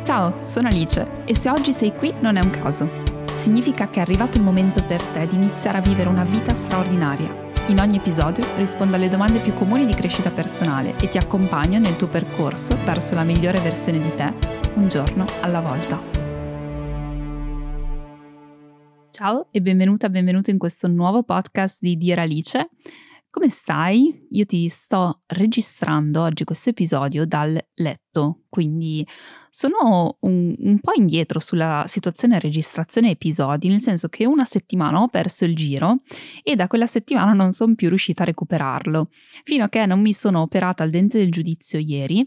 Ciao, sono Alice e se oggi sei qui non è un caso. Significa che è arrivato il momento per te di iniziare a vivere una vita straordinaria. In ogni episodio rispondo alle domande più comuni di crescita personale e ti accompagno nel tuo percorso verso la migliore versione di te, un giorno alla volta. Ciao e benvenuto in questo nuovo podcast di Dear Alice. Come stai? Io ti sto registrando oggi questo episodio dal letto, quindi sono un po' indietro sulla situazione registrazione episodi, nel senso che una settimana ho perso il giro e da quella settimana non sono più riuscita a recuperarlo, fino a che non mi sono operata al dente del giudizio ieri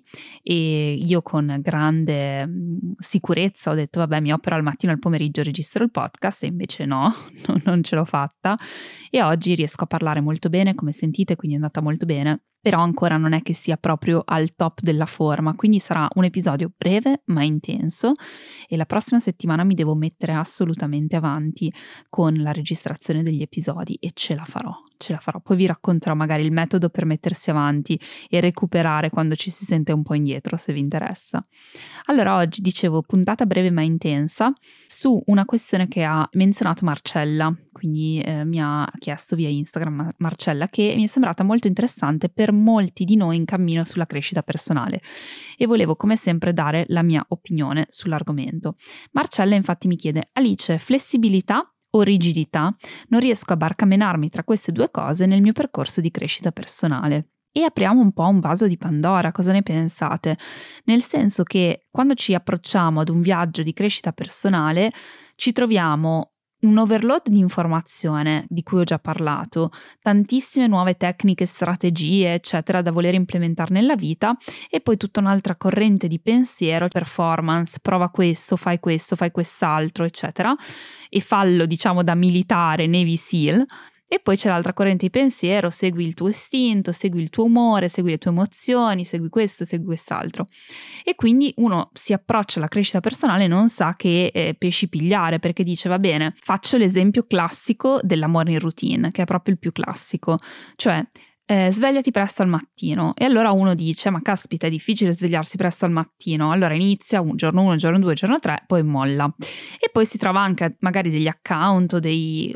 e io con grande sicurezza ho detto vabbè, mi opero al mattino, al pomeriggio registro il podcast, e invece no, non ce l'ho fatta e oggi riesco a parlare molto bene, come sentite, quindi è andata molto bene. Però ancora non è che sia proprio al top della forma, quindi sarà un episodio breve ma intenso e la prossima settimana mi devo mettere assolutamente avanti con la registrazione degli episodi e ce la farò. Poi vi racconterò magari il metodo per mettersi avanti e recuperare quando ci si sente un po' indietro, se vi interessa. Allora oggi dicevo puntata breve ma intensa su una questione che ha menzionato Marcella, quindi mi ha chiesto via Instagram Marcella, che mi è sembrata molto interessante per molti di noi in cammino sulla crescita personale e volevo come sempre dare la mia opinione sull'argomento. Marcella infatti mi chiede: Alice, flessibilità o rigidità? Non riesco a barcamenarmi tra queste due cose nel mio percorso di crescita personale. E apriamo un po' un vaso di Pandora, cosa ne pensate? Nel senso che quando ci approcciamo ad un viaggio di crescita personale ci troviamo un overload di informazione di cui ho già parlato, tantissime nuove tecniche, strategie, eccetera, da voler implementare nella vita e poi tutta un'altra corrente di pensiero, performance, prova questo, fai quest'altro, eccetera, e fallo, diciamo, da militare, Navy SEAL. E poi c'è l'altra corrente di pensiero, segui il tuo istinto, segui il tuo umore, segui le tue emozioni, segui questo, segui quest'altro. E quindi uno si approccia alla crescita personale e non sa che pesci pigliare, perché dice va bene, faccio l'esempio classico della morning routine, che è proprio il più classico, cioè svegliati presto al mattino, e allora uno dice ma caspita, è difficile svegliarsi presto al mattino, allora inizia un giorno 1, giorno 2, giorno 3, poi molla e poi si trova anche magari degli account o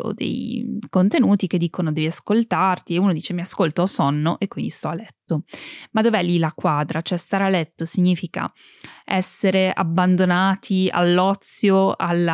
dei contenuti che dicono devi ascoltarti e uno dice mi ascolto, ho sonno e quindi sto a letto. Ma dov'è lì la quadra? Cioè stare a letto significa essere abbandonati all'ozio,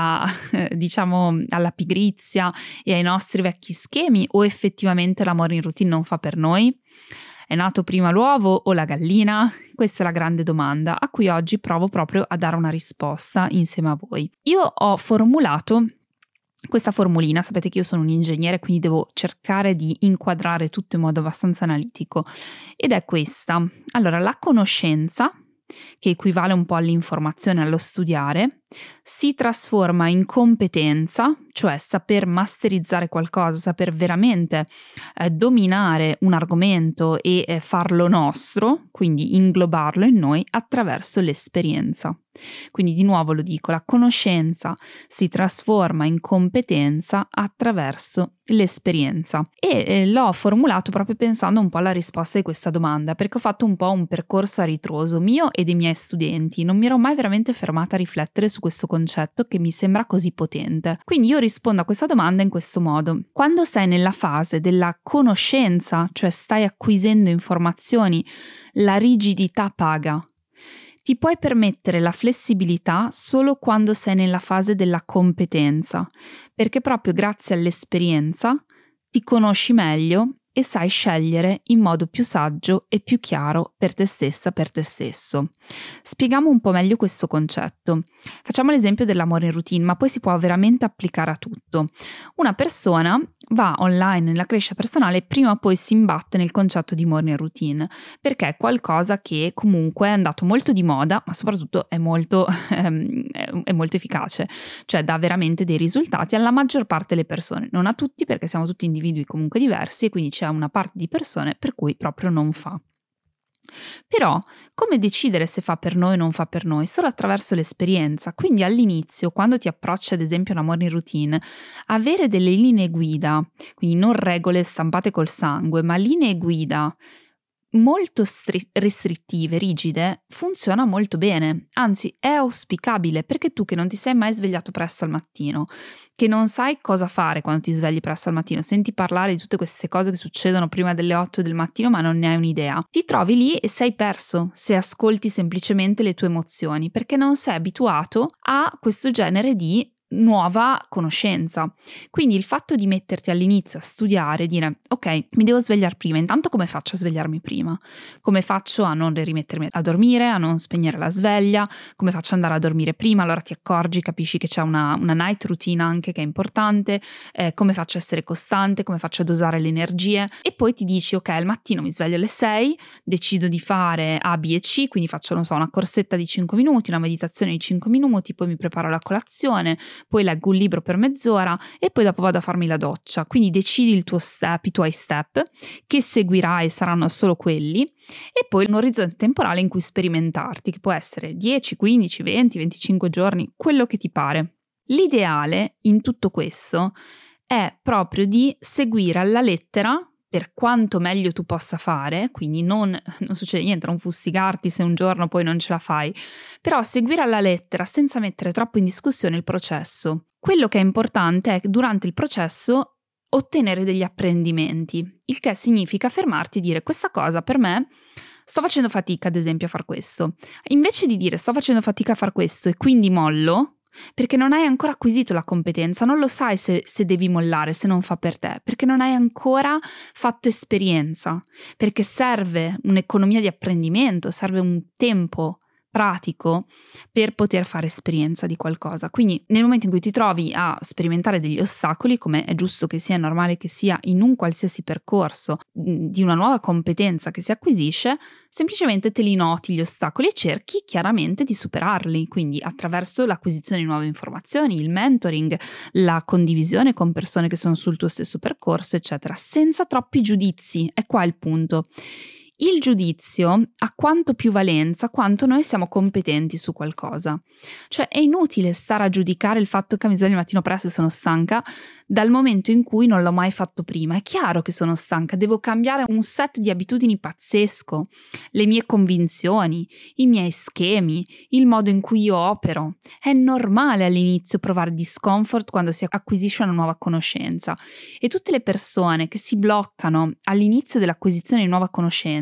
diciamo alla pigrizia e ai nostri vecchi schemi, o effettivamente la morning routine non fa per noi? È nato prima l'uovo o la gallina? Questa è la grande domanda a cui oggi provo proprio a dare una risposta insieme a voi. Io ho formulato questa formulina, sapete che io sono un ingegnere, quindi devo cercare di inquadrare tutto in modo abbastanza analitico, ed è questa. Allora, la conoscenza, che equivale un po' all'informazione, allo studiare, si trasforma in competenza, cioè saper masterizzare qualcosa, saper veramente dominare un argomento e farlo nostro, quindi inglobarlo in noi attraverso l'esperienza. Quindi di nuovo lo dico, la conoscenza si trasforma in competenza attraverso l'esperienza e l'ho formulato proprio pensando un po' alla risposta di questa domanda, perché ho fatto un po' un percorso a ritroso mio e dei miei studenti, non mi ero mai veramente fermata a riflettere su questo concetto che mi sembra così potente. Quindi io rispondo a questa domanda in questo modo: quando sei nella fase della conoscenza, cioè stai acquisendo informazioni, la rigidità paga. Ti puoi permettere la flessibilità solo quando sei nella fase della competenza, perché proprio grazie all'esperienza ti conosci meglio e sai scegliere in modo più saggio e più chiaro per te stessa, per te stesso. Spieghiamo un po' meglio questo concetto. Facciamo l'esempio della morning routine, ma poi si può veramente applicare a tutto. Una persona va online nella crescita personale e prima o poi si imbatte nel concetto di morning routine, perché è qualcosa che comunque è andato molto di moda, ma soprattutto è molto efficace, cioè dà veramente dei risultati alla maggior parte delle persone, non a tutti, perché siamo tutti individui comunque diversi e quindi c'è una parte di persone per cui proprio non fa. Però come decidere se fa per noi o non fa per noi? Solo attraverso l'esperienza. Quindi all'inizio, quando ti approcci ad esempio a una morning routine, avere delle linee guida, quindi non regole stampate col sangue, ma linee guida molto restrittive, rigide, funziona molto bene, anzi è auspicabile, perché tu che non ti sei mai svegliato presto al mattino, che non sai cosa fare quando ti svegli presto al mattino, senti parlare di tutte queste cose che succedono prima delle 8 del mattino ma non ne hai un'idea, ti trovi lì e sei perso se ascolti semplicemente le tue emozioni, perché non sei abituato a questo genere di nuova conoscenza. Quindi il fatto di metterti all'inizio a studiare, dire ok, mi devo svegliare prima, intanto come faccio a svegliarmi prima? Come faccio a non rimettermi a dormire, a non spegnere la sveglia? Come faccio ad andare a dormire prima? Allora ti accorgi, capisci che c'è una night routine anche che è importante, come faccio a essere costante, come faccio a dosare le energie, e poi ti dici ok, al mattino mi sveglio alle 6, decido di fare A, B e C, quindi faccio non so una corsetta di 5 minuti, una meditazione di 5 minuti, poi mi preparo la colazione, poi leggo un libro per mezz'ora e poi dopo vado a farmi la doccia. Quindi decidi il tuo step, i tuoi step che seguirai, saranno solo quelli, e poi un orizzonte temporale in cui sperimentarti, che può essere 10, 15, 20, 25 giorni, quello che ti pare. L'ideale in tutto questo è proprio di seguire alla lettera, per quanto meglio tu possa fare, quindi non succede niente, non fustigarti se un giorno poi non ce la fai, però seguire alla lettera senza mettere troppo in discussione il processo. Quello che è importante è che durante il processo ottenere degli apprendimenti, il che significa fermarti e dire questa cosa per me sto facendo fatica ad esempio a far questo. Invece di dire sto facendo fatica a far questo e quindi mollo, perché non hai ancora acquisito la competenza, non lo sai se devi mollare, se non fa per te, perché non hai ancora fatto esperienza, perché serve un'economia di apprendimento, serve un tempo pratico per poter fare esperienza di qualcosa. Quindi nel momento in cui ti trovi a sperimentare degli ostacoli, come è giusto che sia, è normale che sia in un qualsiasi percorso di una nuova competenza che si acquisisce, semplicemente te li noti gli ostacoli e cerchi chiaramente di superarli, quindi attraverso l'acquisizione di nuove informazioni, il mentoring, la condivisione con persone che sono sul tuo stesso percorso, eccetera, senza troppi giudizi. È qua il punto. Il giudizio ha quanto più valenza quanto noi siamo competenti su qualcosa. Cioè è inutile stare a giudicare il fatto che mi sveglio il mattino presto e sono stanca dal momento in cui non l'ho mai fatto prima. È chiaro che sono stanca, devo cambiare un set di abitudini pazzesco, le mie convinzioni, i miei schemi, il modo in cui io opero. È normale all'inizio provare discomfort quando si acquisisce una nuova conoscenza, e tutte le persone che si bloccano all'inizio dell'acquisizione di nuova conoscenza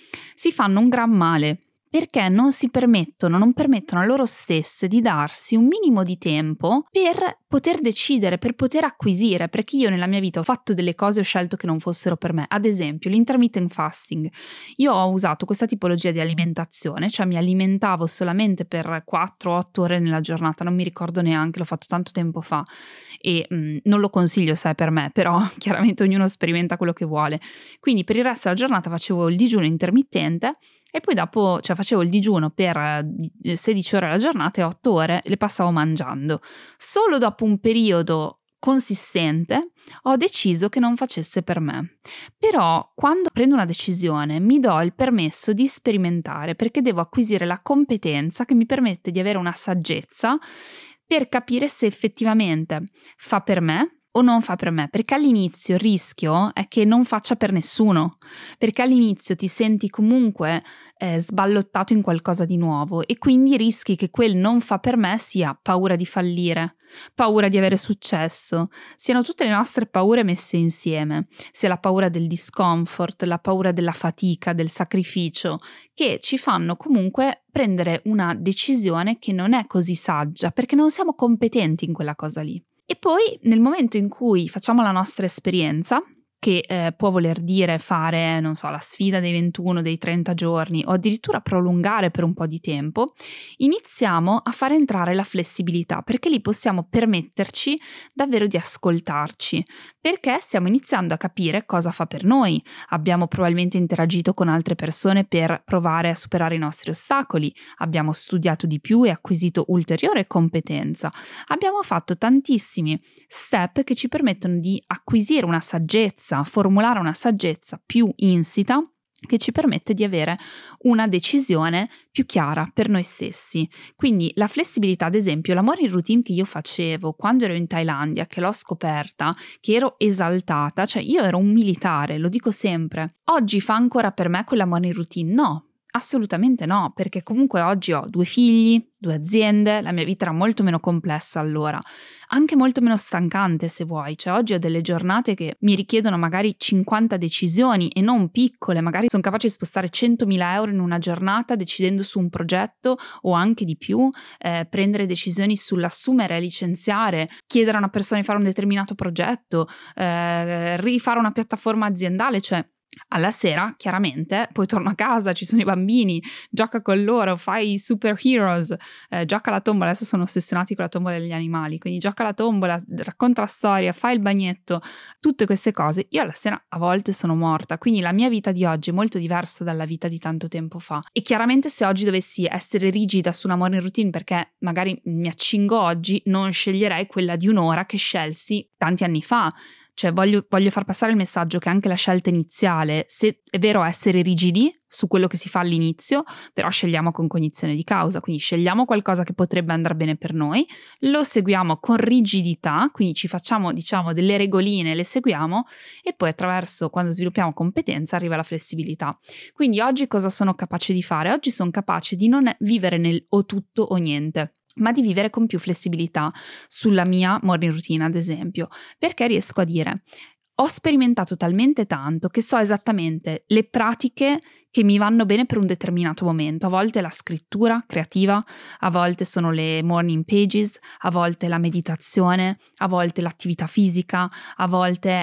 si fanno un gran male, perché non permettono a loro stesse di darsi un minimo di tempo per poter decidere, per poter acquisire, perché io nella mia vita ho fatto delle cose e ho scelto che non fossero per me. Ad esempio l'intermittent fasting. Io ho usato questa tipologia di alimentazione, cioè mi alimentavo solamente per 4-8 ore nella giornata, non mi ricordo neanche, l'ho fatto tanto tempo fa e non lo consiglio se è per me, però chiaramente ognuno sperimenta quello che vuole. Quindi per il resto della giornata facevo il digiuno intermittente e poi dopo, facevo il digiuno per 16 ore alla giornata e 8 ore le passavo mangiando. Solo dopo un periodo consistente ho deciso che non facesse per me. Però quando prendo una decisione mi do il permesso di sperimentare, perché devo acquisire la competenza che mi permette di avere una saggezza per capire se effettivamente fa per me o non fa per me, perché all'inizio il rischio è che non faccia per nessuno, perché all'inizio ti senti comunque sballottato in qualcosa di nuovo e quindi rischi che quel non fa per me sia paura di fallire, paura di avere successo, siano tutte le nostre paure messe insieme, sia la paura del discomfort, la paura della fatica, del sacrificio, che ci fanno comunque prendere una decisione che non è così saggia, perché non siamo competenti in quella cosa lì. E poi nel momento in cui facciamo la nostra esperienza, che può voler dire fare, non so, la sfida dei 21, dei 30 giorni o addirittura prolungare per un po' di tempo, iniziamo a fare entrare la flessibilità, perché lì possiamo permetterci davvero di ascoltarci, perché stiamo iniziando a capire cosa fa per noi. Abbiamo probabilmente interagito con altre persone per provare a superare i nostri ostacoli, abbiamo studiato di più e acquisito ulteriore competenza, abbiamo fatto tantissimi step che ci permettono di acquisire una saggezza, formulare una saggezza più insita che ci permette di avere una decisione più chiara per noi stessi. Quindi la flessibilità, ad esempio, la morning routine che io facevo quando ero in Thailandia, che l'ho scoperta, che ero esaltata, cioè io ero un militare, lo dico sempre. Oggi fa ancora per me quella morning routine? No. Assolutamente no, perché comunque oggi ho 2 figli, 2 aziende, la mia vita era molto meno complessa allora, anche molto meno stancante se vuoi, cioè oggi ho delle giornate che mi richiedono magari 50 decisioni e non piccole, magari sono capace di spostare 100.000 euro in una giornata decidendo su un progetto o anche di più, prendere decisioni sull'assumere, licenziare, chiedere a una persona di fare un determinato progetto, rifare una piattaforma aziendale, cioè alla sera, chiaramente, poi torno a casa, ci sono i bambini, gioca con loro, fai i superheroes, gioca alla tombola, adesso sono ossessionati con la tombola degli animali, quindi gioca alla tombola, racconta la storia, fai il bagnetto, tutte queste cose. Io alla sera a volte sono morta, quindi la mia vita di oggi è molto diversa dalla vita di tanto tempo fa. E chiaramente se oggi dovessi essere rigida su una morning routine, perché magari mi accingo oggi, non sceglierei quella di un'ora che scelsi tanti anni fa. Cioè voglio far passare il messaggio che anche la scelta iniziale, se è vero essere rigidi su quello che si fa all'inizio, però scegliamo con cognizione di causa, quindi scegliamo qualcosa che potrebbe andare bene per noi, lo seguiamo con rigidità, quindi ci facciamo delle regoline, le seguiamo e poi attraverso, quando sviluppiamo competenza, arriva la flessibilità. Quindi oggi cosa sono capace di fare? Oggi sono capace di non vivere nel o tutto o niente, ma di vivere con più flessibilità sulla mia morning routine, ad esempio, perché riesco a dire: ho sperimentato talmente tanto che so esattamente le pratiche che mi vanno bene per un determinato momento. A volte è la scrittura creativa, a volte sono le morning pages, a volte la meditazione, a volte l'attività fisica, a volte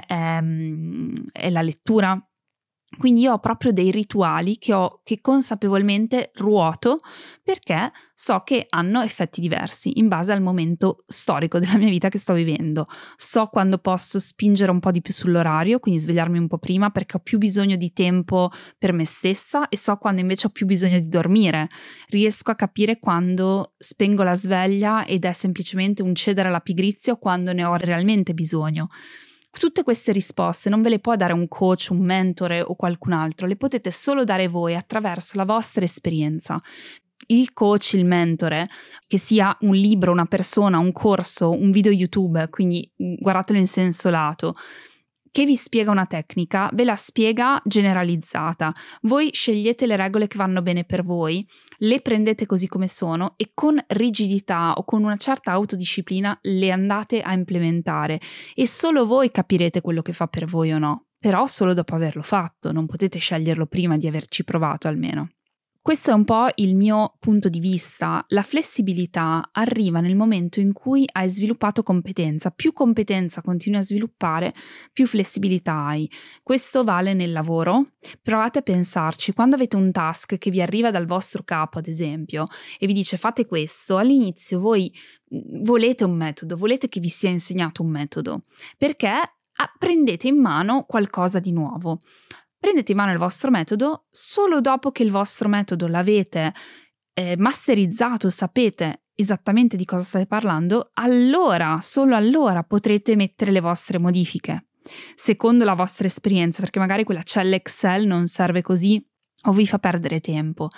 è la lettura. Quindi io ho proprio dei rituali che consapevolmente ruoto perché so che hanno effetti diversi in base al momento storico della mia vita che sto vivendo. So quando posso spingere un po' di più sull'orario, quindi svegliarmi un po' prima perché ho più bisogno di tempo per me stessa, e so quando invece ho più bisogno di dormire. Riesco a capire quando spengo la sveglia ed è semplicemente un cedere alla pigrizia o quando ne ho realmente bisogno. Tutte queste risposte non ve le può dare un coach, un mentore o qualcun altro, le potete solo dare voi attraverso la vostra esperienza. Il coach, il mentore, che sia un libro, una persona, un corso, un video YouTube, quindi guardatelo in senso lato, che vi spiega una tecnica, ve la spiega generalizzata. Voi scegliete le regole che vanno bene per voi, le prendete così come sono e con rigidità o con una certa autodisciplina le andate a implementare, e solo voi capirete quello che fa per voi o no, però solo dopo averlo fatto, non potete sceglierlo prima di averci provato almeno. Questo è un po' il mio punto di vista. La flessibilità arriva nel momento in cui hai sviluppato competenza. Più competenza continui a sviluppare, più flessibilità hai. Questo vale nel lavoro. Provate a pensarci, quando avete un task che vi arriva dal vostro capo, ad esempio, e vi dice fate questo, all'inizio voi volete un metodo, volete che vi sia insegnato un metodo, perché prendete in mano qualcosa di nuovo. Prendete in mano il vostro metodo solo dopo che il vostro metodo l'avete masterizzato, sapete esattamente di cosa state parlando, allora, solo allora potrete mettere le vostre modifiche, secondo la vostra esperienza, perché magari quella cella Excel non serve così o vi fa perdere tempo.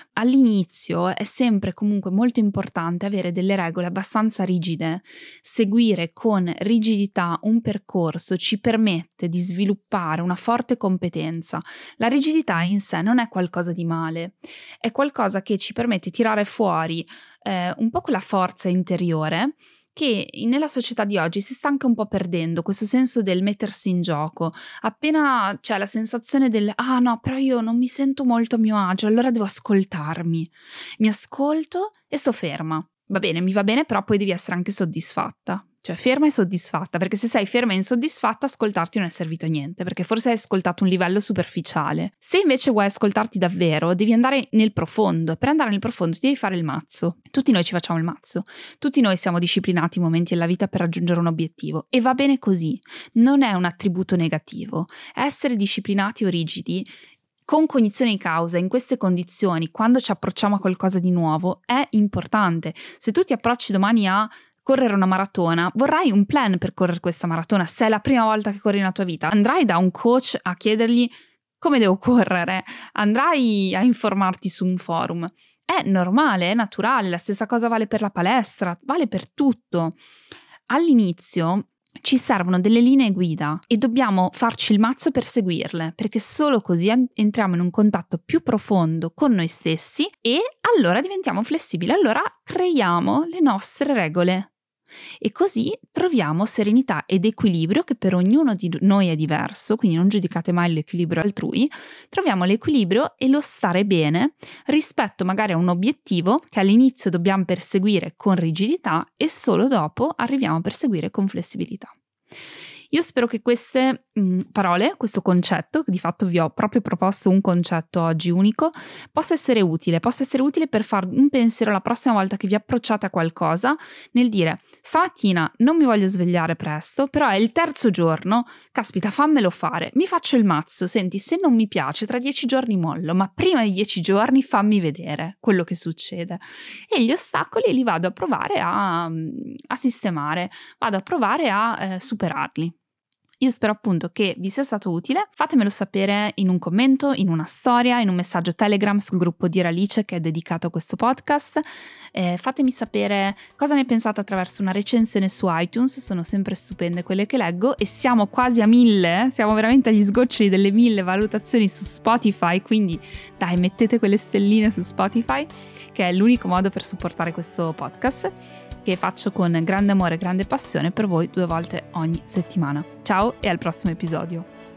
All'inizio è sempre comunque molto importante avere delle regole abbastanza rigide. Seguire con rigidità un percorso ci permette di sviluppare una forte competenza. La rigidità in sé non è qualcosa di male, è qualcosa che ci permette di tirare fuori un po' quella forza interiore che nella società di oggi si sta anche un po' perdendo, questo senso del mettersi in gioco. Appena c'è la sensazione del ah no, però io non mi sento molto a mio agio, allora devo ascoltarmi. Mi ascolto e sto ferma. Va bene, mi va bene, però poi devi essere anche soddisfatta. Cioè ferma e soddisfatta, perché se sei ferma e insoddisfatta ascoltarti non è servito a niente, perché forse hai ascoltato un livello superficiale. Se invece vuoi ascoltarti davvero, devi andare nel profondo, e per andare nel profondo ti devi fare il mazzo. Tutti noi ci facciamo il mazzo, tutti noi siamo disciplinati in momenti della vita per raggiungere un obiettivo, e va bene così, non è un attributo negativo. Essere disciplinati o rigidi con cognizione di causa in queste condizioni, quando ci approcciamo a qualcosa di nuovo, è importante. Se tu ti approcci domani a correre una maratona, vorrai un plan per correre questa maratona. Se è la prima volta che corri nella tua vita, andrai da un coach a chiedergli Come devo correre? Andrai a informarti su un forum. È normale, è naturale, la stessa cosa vale per la palestra, vale per tutto. All'inizio ci servono delle linee guida e dobbiamo farci il mazzo per seguirle, perché solo così entriamo in un contatto più profondo con noi stessi e allora diventiamo flessibili, allora creiamo le nostre regole. E così troviamo serenità ed equilibrio, che per ognuno di noi è diverso, quindi non giudicate mai l'equilibrio altrui. Troviamo l'equilibrio e lo stare bene rispetto magari a un obiettivo che all'inizio dobbiamo perseguire con rigidità e solo dopo arriviamo a perseguire con flessibilità. Io spero che queste parole, questo concetto, di fatto vi ho proprio proposto un concetto oggi unico, possa essere utile per fare un pensiero la prossima volta che vi approcciate a qualcosa, nel dire: stamattina non mi voglio svegliare presto, però è il terzo giorno, caspita, fammelo fare, mi faccio il mazzo, senti, se non mi piace tra 10 giorni mollo, ma prima di 10 giorni fammi vedere quello che succede. E gli ostacoli li vado a provare a sistemare, vado a provare a superarli. Io spero appunto che vi sia stato utile, fatemelo sapere in un commento, in una storia, in un messaggio Telegram sul gruppo di Ralice che è dedicato a questo podcast. Fatemi sapere cosa ne pensate attraverso una recensione su iTunes, sono sempre stupende quelle che leggo e siamo quasi a 1000, siamo veramente agli sgoccioli delle 1000 valutazioni su Spotify, quindi dai, mettete quelle stelline su Spotify, che è l'unico modo per supportare questo podcast, che faccio con grande amore e grande passione per voi 2 volte ogni settimana. Ciao e al prossimo episodio.